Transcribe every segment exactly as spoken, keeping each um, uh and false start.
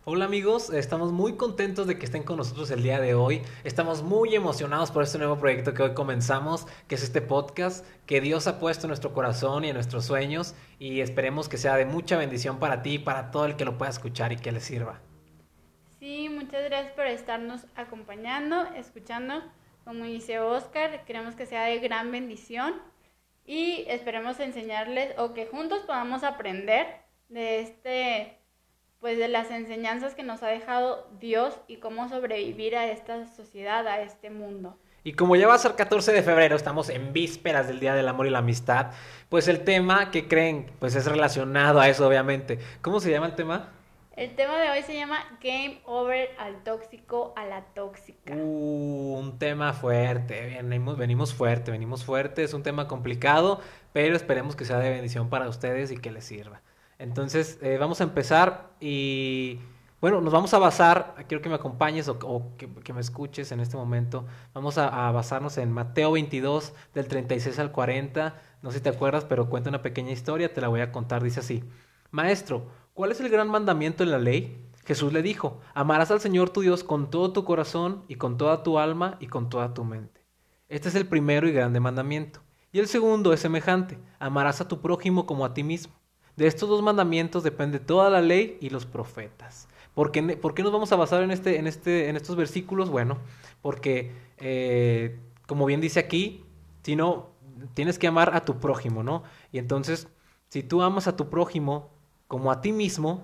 Hola amigos, estamos muy contentos de que estén con nosotros el día de hoy. Estamos muy emocionados por este nuevo proyecto que hoy comenzamos, que es este podcast que Dios ha puesto en nuestro corazón y en nuestros sueños y esperemos que sea de mucha bendición para ti y para todo el que lo pueda escuchar y que le sirva. Sí, muchas gracias por estarnos acompañando, escuchando. Como dice Oscar, queremos que sea de gran bendición y esperemos enseñarles o que juntos podamos aprender de este, pues de las enseñanzas que nos ha dejado Dios y cómo sobrevivir a esta sociedad, a este mundo. Y como ya va a ser catorce de febrero, estamos en vísperas del Día del Amor y la Amistad, pues el tema que creen, pues es relacionado a eso obviamente. ¿Cómo se llama el tema? El tema de hoy se llama Game Over al tóxico, a la tóxica. Uh, un tema fuerte, venimos, venimos fuerte, venimos fuerte, es un tema complicado, pero esperemos que sea de bendición para ustedes y que les sirva. Entonces, eh, vamos a empezar y, bueno, nos vamos a basar, quiero que me acompañes o, o que, que, me escuches en este momento, vamos a, a basarnos en Mateo veintidós, del treinta y seis al cuarenta, no sé si te acuerdas, pero cuenta una pequeña historia, te la voy a contar, dice así: Maestro, ¿cuál es el gran mandamiento en la ley? Jesús le dijo: amarás al Señor tu Dios con todo tu corazón y con toda tu alma y con toda tu mente. Este es el primero y grande mandamiento. Y el segundo es semejante: amarás a tu prójimo como a ti mismo. De estos dos mandamientos depende toda la ley y los profetas. ¿Por qué, por qué nos vamos a basar en, este, en, este, en estos versículos? Bueno, porque, eh, como bien dice aquí, si no, tienes que amar a tu prójimo, ¿no? Y entonces, si tú amas a tu prójimo como a ti mismo,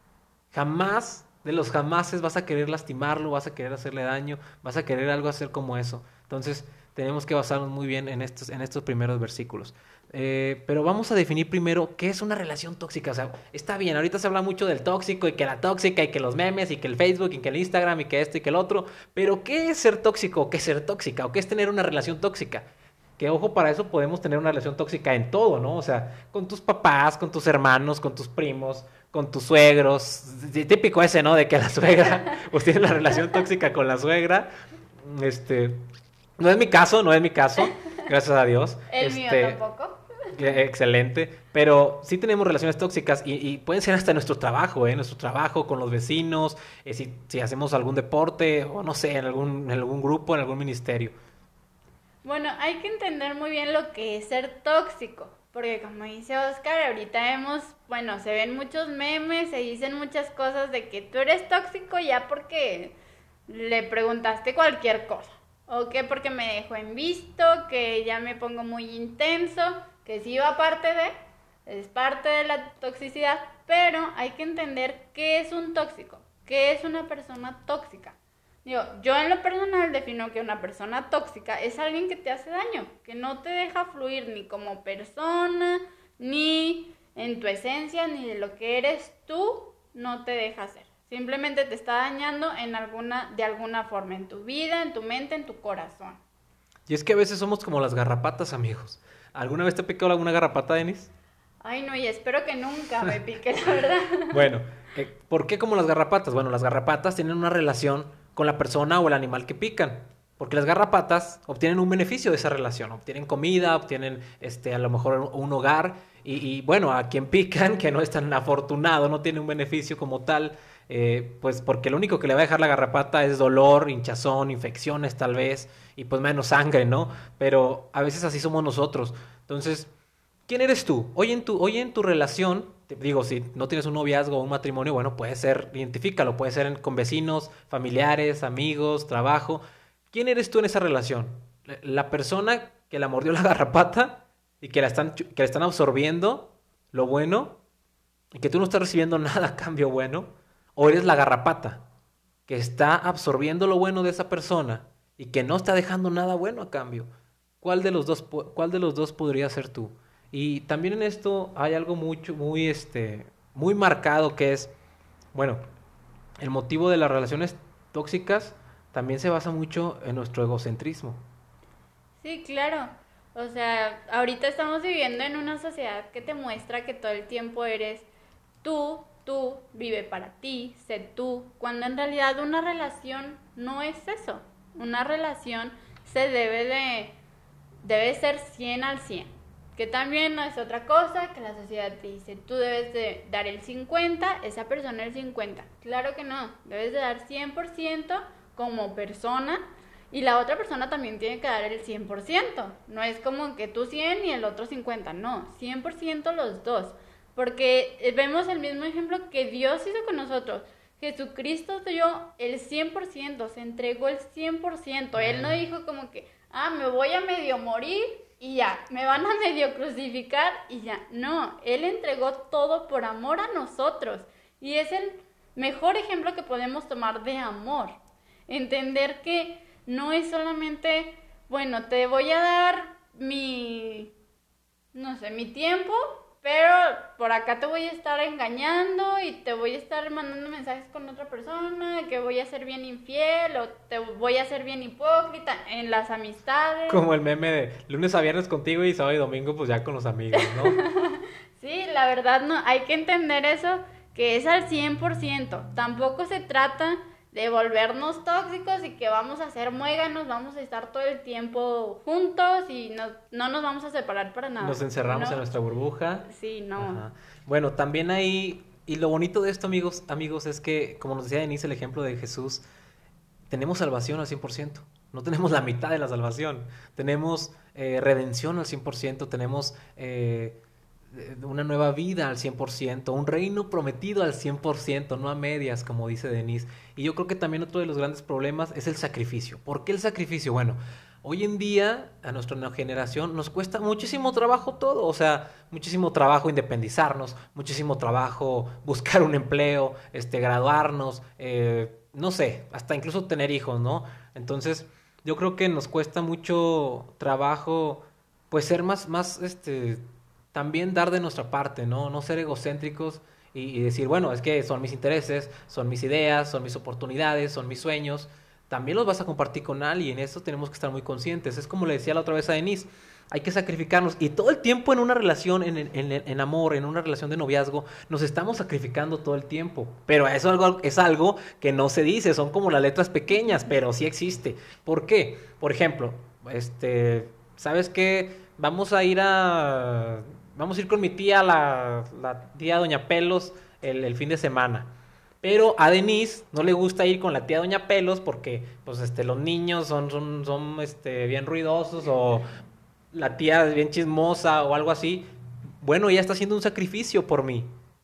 jamás, de los jamases, vas a querer lastimarlo, vas a querer hacerle daño, vas a querer algo hacer como eso. Entonces, tenemos que basarnos muy bien en estos, en estos primeros versículos. Eh, pero vamos a definir primero qué es una relación tóxica. O sea, está bien, ahorita se habla mucho del tóxico y que la tóxica y que los memes y que el Facebook y que el Instagram y que esto y que el otro. Pero ¿qué es ser tóxico o qué es ser tóxica o qué es tener una relación tóxica? Que ojo, para eso podemos tener una relación tóxica en todo, ¿no? O sea, con tus papás, con tus hermanos, con tus primos, con tus suegros. Típico ese, ¿no? De que la suegra, pues tiene la relación tóxica con la suegra. Este, no es mi caso, no es mi caso, gracias a Dios. El mío Este, tampoco. excelente, pero sí tenemos relaciones tóxicas y, y pueden ser hasta en nuestro trabajo, ¿eh? Nuestro trabajo con los vecinos, eh, si, si hacemos algún deporte o no sé, en algún, en algún grupo, en algún ministerio. Bueno, hay que entender muy bien lo que es ser tóxico, porque como dice Oscar, ahorita vemos, bueno, se ven muchos memes, se dicen muchas cosas de que tú eres tóxico ya porque le preguntaste cualquier cosa, o que porque me dejó en visto, que ya me pongo muy intenso, que sí va parte de, es parte de la toxicidad, pero hay que entender qué es un tóxico, qué es una persona tóxica. Digo, yo en lo personal defino que una persona tóxica es alguien que te hace daño, que no te deja fluir ni como persona, ni en tu esencia, ni de lo que eres tú, no te deja ser. Simplemente te está dañando en alguna, de alguna forma, en tu vida, en tu mente, en tu corazón. Y es que a veces somos como las garrapatas, amigos. ¿Alguna vez te ha picado alguna garrapata, Denis? Ay, no, y espero que nunca me pique, la verdad. Bueno, eh, ¿por qué como las garrapatas? Bueno, las garrapatas tienen una relación con la persona o el animal que pican. Porque las garrapatas obtienen un beneficio de esa relación. Obtienen comida, obtienen este, a lo mejor un hogar. Y, y bueno, a quien pican, que no es tan afortunado, no tiene un beneficio como tal, eh, pues porque lo único que le va a dejar la garrapata es dolor, hinchazón, infecciones tal vez, y pues menos sangre, ¿no? Pero a veces así somos nosotros. Entonces, ¿quién eres tú? Hoy en tu, hoy en tu relación, te digo, si no tienes un noviazgo o un matrimonio, bueno, puede ser, identifícalo, puede ser en- con vecinos, familiares, amigos, trabajo. ¿Quién eres tú en esa relación? ¿La la persona que la mordió la garrapata y que la están, chu- que la están absorbiendo lo bueno y que tú no estás recibiendo nada a cambio bueno? ¿O eres la garrapata que está absorbiendo lo bueno de esa persona y que no está dejando nada bueno a cambio? ¿Cuál de los dos, pu- cuál de los dos podría ser tú? Y también en esto hay algo mucho, muy, este, muy marcado que es, bueno, el motivo de las relaciones tóxicas también se basa mucho en nuestro egocentrismo. Sí, claro. O sea, ahorita estamos viviendo en una sociedad que te muestra que todo el tiempo eres tú, tú, vive para ti, sé tú, cuando en realidad una relación no es eso. Una relación se debe de, debe ser cien al cien. Que también no es otra cosa que la sociedad te dice, tú debes de dar el cincuenta, esa persona el cincuenta. Claro que no, debes de dar cien por ciento como persona y la otra persona también tiene que dar el cien por ciento. No es como que tú cien y el otro cincuenta, no, cien por ciento los dos. Porque vemos el mismo ejemplo que Dios hizo con nosotros. Jesucristo dio el cien por ciento, se entregó el cien por ciento. Él no dijo como que, ah, me voy a medio morir y ya, me van a medio crucificar y ya. No, Él entregó todo por amor a nosotros. Y es el mejor ejemplo que podemos tomar de amor. Entender que no es solamente, bueno, te voy a dar mi, no sé, mi tiempo, pero por acá te voy a estar engañando y te voy a estar mandando mensajes con otra persona, que voy a ser bien infiel o te voy a ser bien hipócrita en las amistades. Como el meme de lunes a viernes contigo y sábado y domingo pues ya con los amigos, ¿no? Sí, la verdad no, hay que entender eso, que es al cien por ciento. Tampoco se trata de volvernos tóxicos y que vamos a ser muéganos, vamos a estar todo el tiempo juntos y no, no nos vamos a separar para nada. Nos encerramos no. en nuestra burbuja. Sí, no. Ajá. Bueno, también hay, y lo bonito de esto, amigos, amigos, es que, como nos decía Denise, el ejemplo de Jesús, tenemos salvación al cien por ciento. No tenemos la mitad de la salvación. Tenemos eh, redención al cien por ciento, tenemos eh, una nueva vida al cien por ciento, un reino prometido al cien por ciento, no a medias, como dice Denise. Y yo creo que también otro de los grandes problemas es el sacrificio. ¿Por qué el sacrificio? Bueno, hoy en día, a nuestra generación, nos cuesta muchísimo trabajo todo. O sea, muchísimo trabajo independizarnos, muchísimo trabajo buscar un empleo, este, graduarnos, eh, no sé, hasta incluso tener hijos, ¿no? Entonces, yo creo que nos cuesta mucho trabajo, pues, ser más, más, este... también dar de nuestra parte, ¿no? No ser egocéntricos y, y decir, bueno, es que son mis intereses, son mis ideas, son mis oportunidades, son mis sueños. También los vas a compartir con alguien, eso tenemos que estar muy conscientes. Es como le decía la otra vez a Denise, hay que sacrificarnos. Y todo el tiempo en una relación, en, en, en amor, en una relación de noviazgo, nos estamos sacrificando todo el tiempo. Pero eso es algo, es algo que no se dice, son como las letras pequeñas, pero sí existe. ¿Por qué? Por ejemplo, este, ¿sabes qué? Vamos a ir a... Vamos a ir con mi tía, la, la tía Doña Pelos, el, el fin de semana. Pero a Denise no le gusta ir con la tía Doña Pelos porque pues, este, los niños son, son, son este, bien ruidosos o la tía es bien chismosa o algo así. Bueno, ella está haciendo un sacrificio por mí,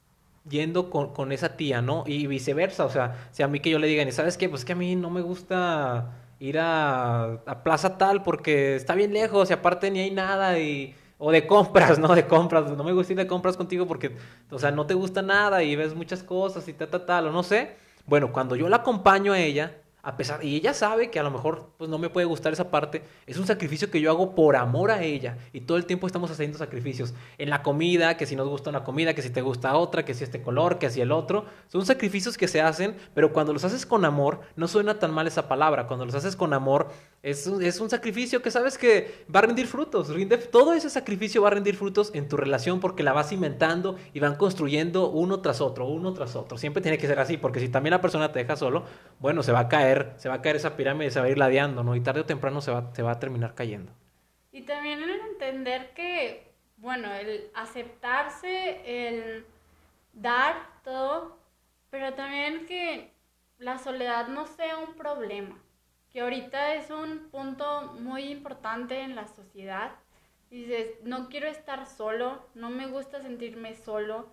yendo con, con esa tía, ¿no? Y viceversa, o sea, si a mí que yo le digan, ¿y sabes qué? Pues que a mí no me gusta ir a, a Plaza tal porque está bien lejos y aparte ni hay nada y... O de compras, ¿no? De compras. No me gusta ir de compras contigo porque, o sea, no te gusta nada y ves muchas cosas y tal, tal, tal, o no sé. Bueno, cuando yo la acompaño a ella, a pesar, y ella sabe que a lo mejor pues no me puede gustar esa parte, es un sacrificio que yo hago por amor a ella. Y todo el tiempo estamos haciendo sacrificios. En la comida, que si nos gusta una comida, que si te gusta otra, que si este color, que si el otro. Son sacrificios que se hacen, pero cuando los haces con amor, no suena tan mal esa palabra. Cuando los haces con amor, es un, es un sacrificio que sabes que va a rendir frutos. Rinde, todo ese sacrificio va a rendir frutos en tu relación porque la vas cimentando y van construyendo uno tras otro, uno tras otro. Siempre tiene que ser así, porque si también la persona te deja solo, bueno, se va a caer. Se va a caer esa pirámide, se va a ir ladeando, ¿no? Y tarde o temprano se va, se va a terminar cayendo. Y también el entender que, bueno, el aceptarse, el dar todo, pero también que la soledad no sea un problema, que ahorita es un punto muy importante en la sociedad. Dices, no quiero estar solo, no me gusta sentirme solo.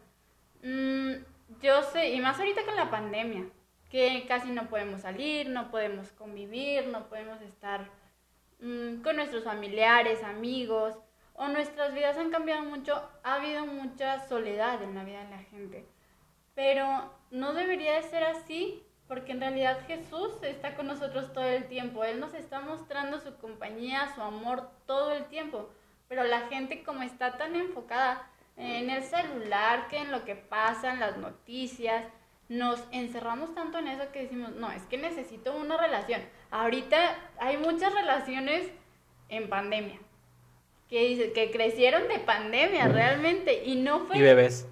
Mm, yo sé, y más ahorita con la pandemia, que casi no podemos salir, no podemos convivir, no podemos estar mmm, con nuestros familiares, amigos, o nuestras vidas han cambiado mucho, ha habido mucha soledad en la vida de la gente. Pero no debería de ser así, porque en realidad Jesús está con nosotros todo el tiempo. Él nos está mostrando su compañía, su amor todo el tiempo. Pero la gente como está tan enfocada en el celular, que en lo que pasa, en las noticias, nos encerramos tanto en eso que decimos, no, es que necesito una relación. Ahorita hay muchas relaciones en pandemia, que dice, que crecieron de pandemia realmente, y no fue... Y bebés.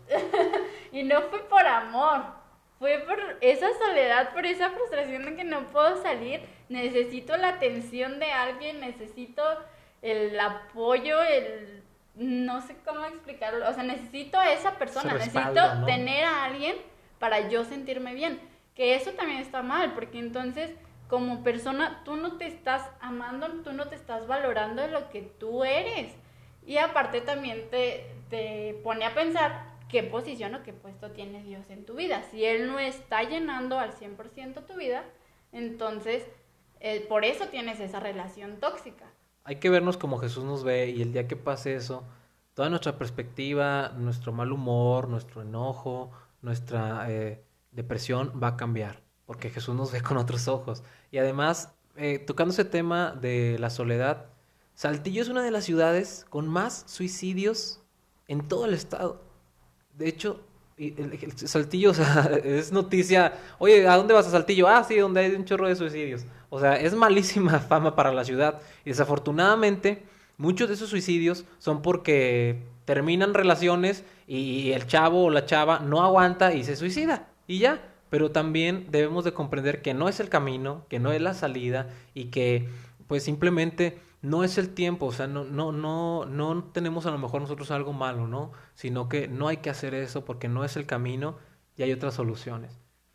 y no fue por amor, fue por esa soledad, por esa frustración de que no puedo salir, necesito la atención de alguien, necesito el apoyo, el no sé cómo explicarlo, o sea, necesito a esa persona, respaldo, necesito ¿no? tener a alguien para yo sentirme bien, que eso también está mal, porque entonces como persona tú no te estás amando, tú no te estás valorando de lo que tú eres, y aparte también te, te pone a pensar qué posición o qué puesto tiene Dios en tu vida. Si Él no está llenando al cien por ciento tu vida, entonces eh, por eso tienes esa relación tóxica. Hay que vernos como Jesús nos ve y el día que pase eso, toda nuestra perspectiva, nuestro mal humor, nuestro enojo, nuestra eh, depresión va a cambiar, porque Jesús nos ve con otros ojos. Y además, eh, tocando ese tema de la soledad, Saltillo es una de las ciudades con más suicidios en todo el estado. De hecho, y el, el Saltillo, o sea, es noticia. Oye, ¿a dónde vas a Saltillo? Ah, sí, donde hay un chorro de suicidios. O sea, es malísima fama para la ciudad. Y desafortunadamente, muchos de esos suicidios son porque terminan relaciones y el chavo o la chava no aguanta y se suicida. Y ya. Pero también debemos de comprender que no es el camino, que no es la salida y que pues simplemente no es el tiempo, o sea, no, no, no, no tenemos a lo mejor nosotros algo malo, ¿no? Sino que no hay que hacer eso porque no es el camino y hay otras soluciones.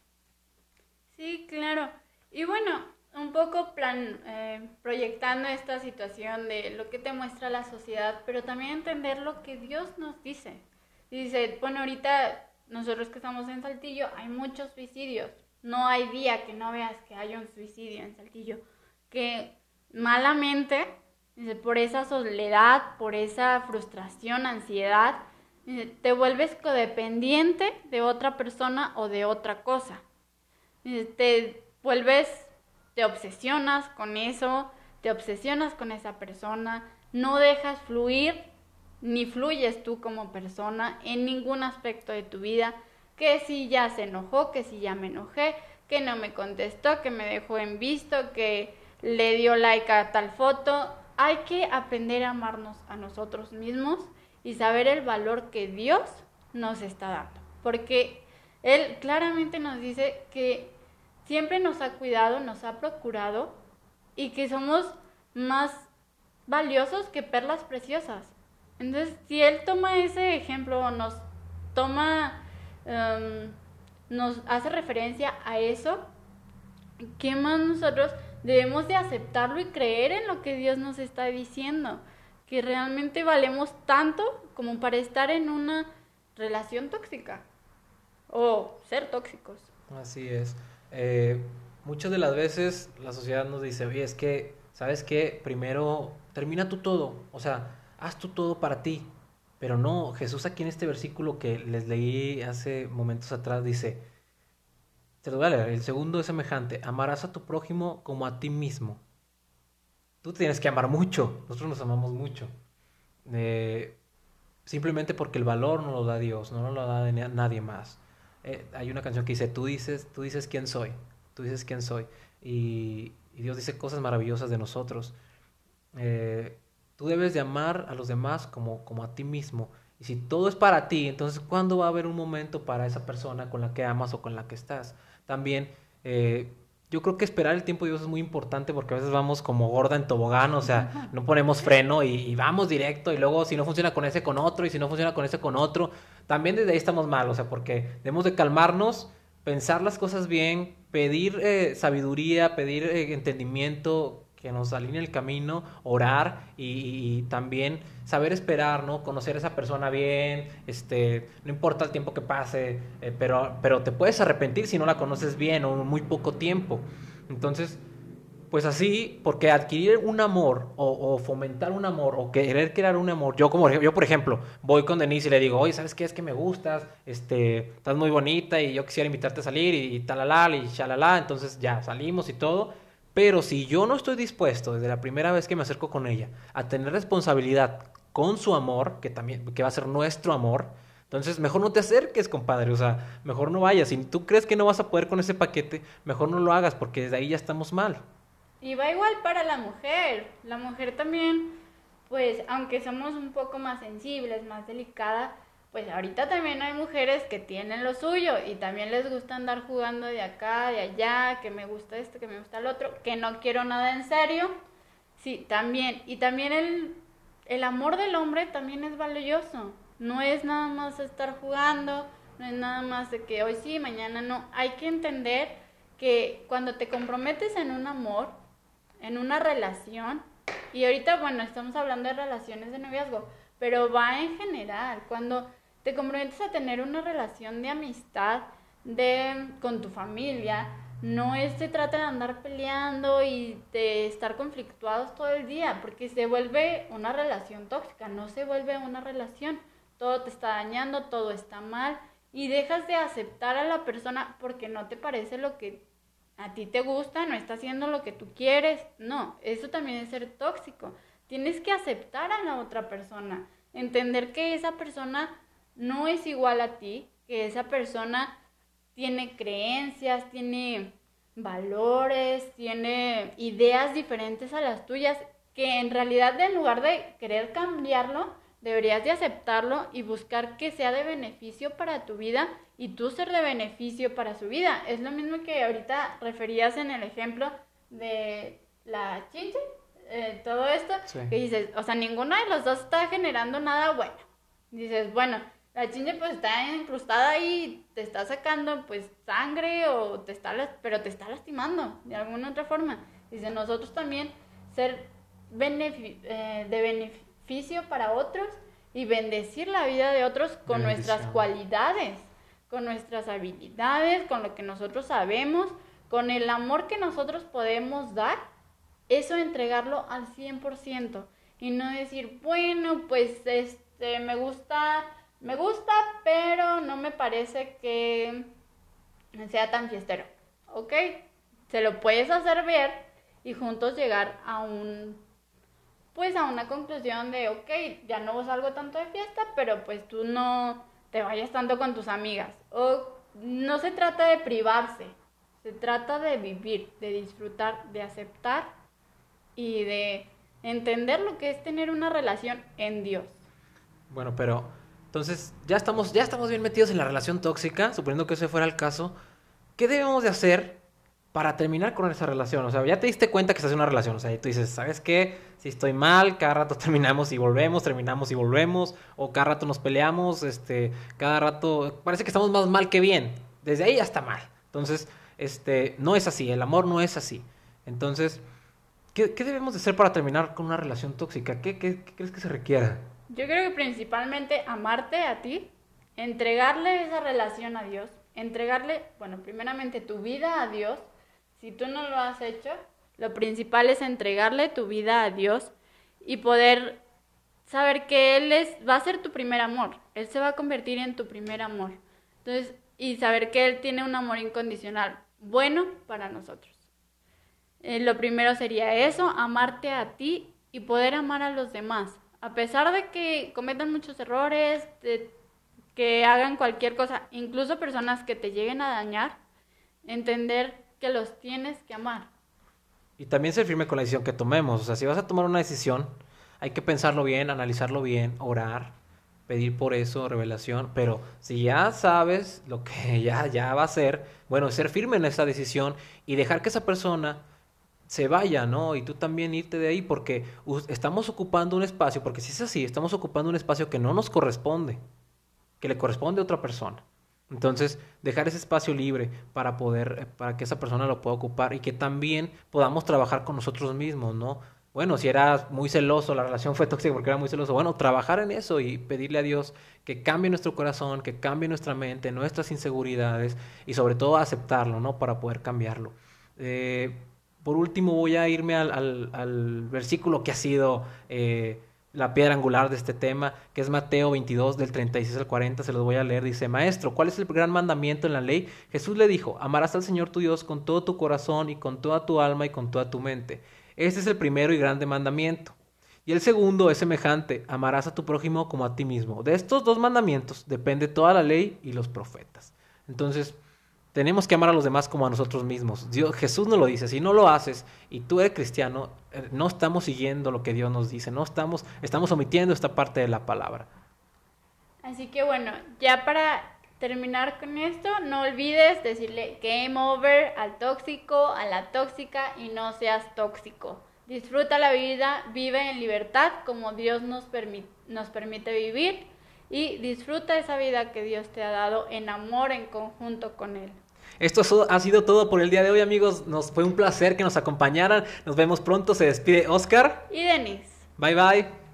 Sí, claro. Y bueno, un poco plan, eh, proyectando esta situación de lo que te muestra la sociedad, pero también entender lo que Dios nos dice. Y dice, bueno, ahorita nosotros que estamos en Saltillo hay muchos suicidios. No hay día que no veas que haya un suicidio en Saltillo. Que malamente, dice, por esa soledad, por esa frustración, ansiedad, dice, te vuelves codependiente de otra persona o de otra cosa. Te vuelves, te obsesionas con eso, te obsesionas con esa persona, no dejas fluir, ni fluyes tú como persona en ningún aspecto de tu vida, que si ya se enojó, que si ya me enojé, que no me contestó, que me dejó en visto, que le dio like a tal foto. Hay que aprender a amarnos a nosotros mismos y saber el valor que Dios nos está dando, porque Él claramente nos dice que siempre nos ha cuidado, nos ha procurado y que somos más valiosos que perlas preciosas. Entonces, si Él toma ese ejemplo, nos toma, um, nos hace referencia a eso, ¿qué más nosotros debemos de aceptarlo y creer en lo que Dios nos está diciendo? Que realmente valemos tanto como para estar en una relación tóxica o ser tóxicos. Así es. Eh, muchas de las veces la sociedad nos dice, oye, es que, ¿sabes qué? Primero termina tú todo, o sea, haz tú todo para ti. Pero no, Jesús aquí en este versículo que les leí hace momentos atrás dice, te lo voy a leer, el segundo es semejante, amarás a tu prójimo como a ti mismo. Tú tienes que amar mucho, nosotros nos amamos mucho. Eh, Simplemente porque el valor no lo da Dios, no lo da nadie más. Eh, hay una canción que dice, tú dices, tú dices quién soy, tú dices quién soy. Y, y Dios dice cosas maravillosas de nosotros. Eh, Tú debes de amar a los demás como, como a ti mismo. Y si todo es para ti, entonces ¿cuándo va a haber un momento para esa persona con la que amas o con la que estás? También eh, yo creo que esperar el tiempo de Dios es muy importante porque a veces vamos como gorda en tobogán, o sea, no ponemos freno y, y vamos directo y luego si no funciona con ese con otro y si no funciona con ese con otro, también desde ahí estamos mal, o sea, porque debemos de calmarnos, pensar las cosas bien, pedir eh, sabiduría, pedir eh, entendimiento, que nos alinee el camino, orar y, y también saber esperar, ¿no? Conocer a esa persona bien, este, no importa el tiempo que pase, eh, pero, pero te puedes arrepentir si no la conoces bien o en muy poco tiempo. Entonces, pues así, porque adquirir un amor o, o fomentar un amor o querer crear un amor, yo como yo por ejemplo, voy con Denise y le digo, oye, ¿sabes qué? Es que me gustas, este, estás muy bonita y yo quisiera invitarte a salir y, y talala y shalala, entonces ya salimos y todo, pero si yo no estoy dispuesto desde la primera vez que me acerco con ella a tener responsabilidad con su amor, que también que va a ser nuestro amor, entonces mejor no te acerques, compadre, o sea, mejor no vayas. Si tú crees que no vas a poder con ese paquete, mejor no lo hagas porque desde ahí ya estamos mal. Y va igual para la mujer. La mujer también, pues, aunque somos un poco más sensibles, más delicadas, pues ahorita también hay mujeres que tienen lo suyo y también les gusta andar jugando de acá, de allá, que me gusta esto, que me gusta el otro, que no quiero nada en serio. Sí, también. Y también el el amor del hombre también es valioso. No es nada más estar jugando, no es nada más de que hoy sí, mañana no. Hay que entender que cuando te comprometes en un amor, en una relación, y ahorita, bueno, estamos hablando de relaciones de noviazgo, pero va en general. Cuando te comprometes a tener una relación de amistad de, con tu familia, no es se trata de andar peleando y de estar conflictuados todo el día, porque se vuelve una relación tóxica, no se vuelve una relación. Todo te está dañando, todo está mal, y dejas de aceptar a la persona porque no te parece lo que a ti te gusta, no está haciendo lo que tú quieres. No, eso también es ser tóxico. Tienes que aceptar a la otra persona, entender que esa persona no es igual a ti, que esa persona tiene creencias, tiene valores, tiene ideas diferentes a las tuyas, que en realidad en lugar de querer cambiarlo, deberías de aceptarlo y buscar que sea de beneficio para tu vida y tú ser de beneficio para su vida. Es lo mismo que ahorita referías en el ejemplo de la chinche, eh, todo esto, sí. Que dices, o sea, ninguno de los dos está generando nada bueno. Dices, bueno, la chinche pues está incrustada ahí, te está sacando pues sangre o te está, pero te está lastimando de alguna otra forma. Dice, nosotros también ser benefi- eh, de beneficio para otros y bendecir la vida de otros con nuestras cualidades, con nuestras habilidades, con lo que nosotros sabemos, con el amor que nosotros podemos dar, eso entregarlo al cien por ciento y no decir, bueno, pues este me gusta, me gusta, pero no me parece que sea tan fiestero, ¿ok? Se lo puedes hacer ver y juntos llegar a un, pues a una conclusión de, ok, ya no salgo tanto de fiesta, pero pues tú no te vayas tanto con tus amigas. O no se trata de privarse, se trata de vivir, de disfrutar, de aceptar y de entender lo que es tener una relación en Dios. Bueno, pero entonces ya estamos, ya estamos bien metidos en la relación tóxica, suponiendo que ese fuera el caso. ¿Qué debemos de hacer para terminar con esa relación? O sea, ya te diste cuenta que estás en una relación. O sea, y tú dices, ¿sabes qué? Si estoy mal, cada rato terminamos y volvemos, terminamos y volvemos. O cada rato nos peleamos, este, cada rato... Parece que estamos más mal que bien. Desde ahí ya está mal. Entonces, este, no es así. El amor no es así. Entonces, ¿qué, qué debemos de hacer para terminar con una relación tóxica? ¿Qué, qué, qué crees que se requiera? Yo creo que principalmente amarte a ti, entregarle esa relación a Dios, entregarle, bueno, primeramente tu vida a Dios. Si tú no lo has hecho, lo principal es entregarle tu vida a Dios y poder saber que Él es, va a ser tu primer amor. Él se va a convertir en tu primer amor. Entonces, y saber que Él tiene un amor incondicional bueno para nosotros. Eh, lo primero sería eso, amarte a ti y poder amar a los demás. A pesar de que cometan muchos errores, de que hagan cualquier cosa, incluso personas que te lleguen a dañar, entender que los tienes que amar. Y también ser firme con la decisión que tomemos. O sea, si vas a tomar una decisión, hay que pensarlo bien, analizarlo bien, orar, pedir por eso, revelación. Pero si ya sabes lo que ya, ya va a ser, bueno, ser firme en esa decisión y dejar que esa persona se vaya, ¿no? Y tú también irte de ahí porque estamos ocupando un espacio, porque si es así, estamos ocupando un espacio que no nos corresponde, que le corresponde a otra persona. Entonces, dejar ese espacio libre para poder, para que esa persona lo pueda ocupar y que también podamos trabajar con nosotros mismos, ¿no? Bueno, si era muy celoso, la relación fue tóxica porque era muy celoso, bueno, trabajar en eso y pedirle a Dios que cambie nuestro corazón, que cambie nuestra mente, nuestras inseguridades y sobre todo aceptarlo, ¿no? Para poder cambiarlo. Eh, por último, voy a irme al, al, al versículo que ha sido... Eh, la piedra angular de este tema, que es Mateo veintidós, del treinta y seis al cuarenta, se los voy a leer. Dice, Maestro, ¿cuál es el gran mandamiento en la ley? Jesús le dijo, amarás al Señor tu Dios con todo tu corazón y con toda tu alma y con toda tu mente. Este es el primero y grande mandamiento. Y el segundo es semejante, amarás a tu prójimo como a ti mismo. De estos dos mandamientos depende toda la ley y los profetas. Entonces, tenemos que amar a los demás como a nosotros mismos. Dios, Jesús nos lo dice. Si no lo haces y tú eres cristiano, no estamos siguiendo lo que Dios nos dice. No estamos, estamos omitiendo esta parte de la palabra. Así que bueno, ya para terminar con esto, no olvides decirle game over al tóxico, a la tóxica y no seas tóxico. Disfruta la vida, vive en libertad como Dios nos, permi- nos permite vivir y disfruta esa vida que Dios te ha dado en amor en conjunto con Él. Esto ha sido todo por el día de hoy, amigos. Nos fue un placer que nos acompañaran. Nos vemos pronto. Se despide Oscar Y Denise. Bye bye.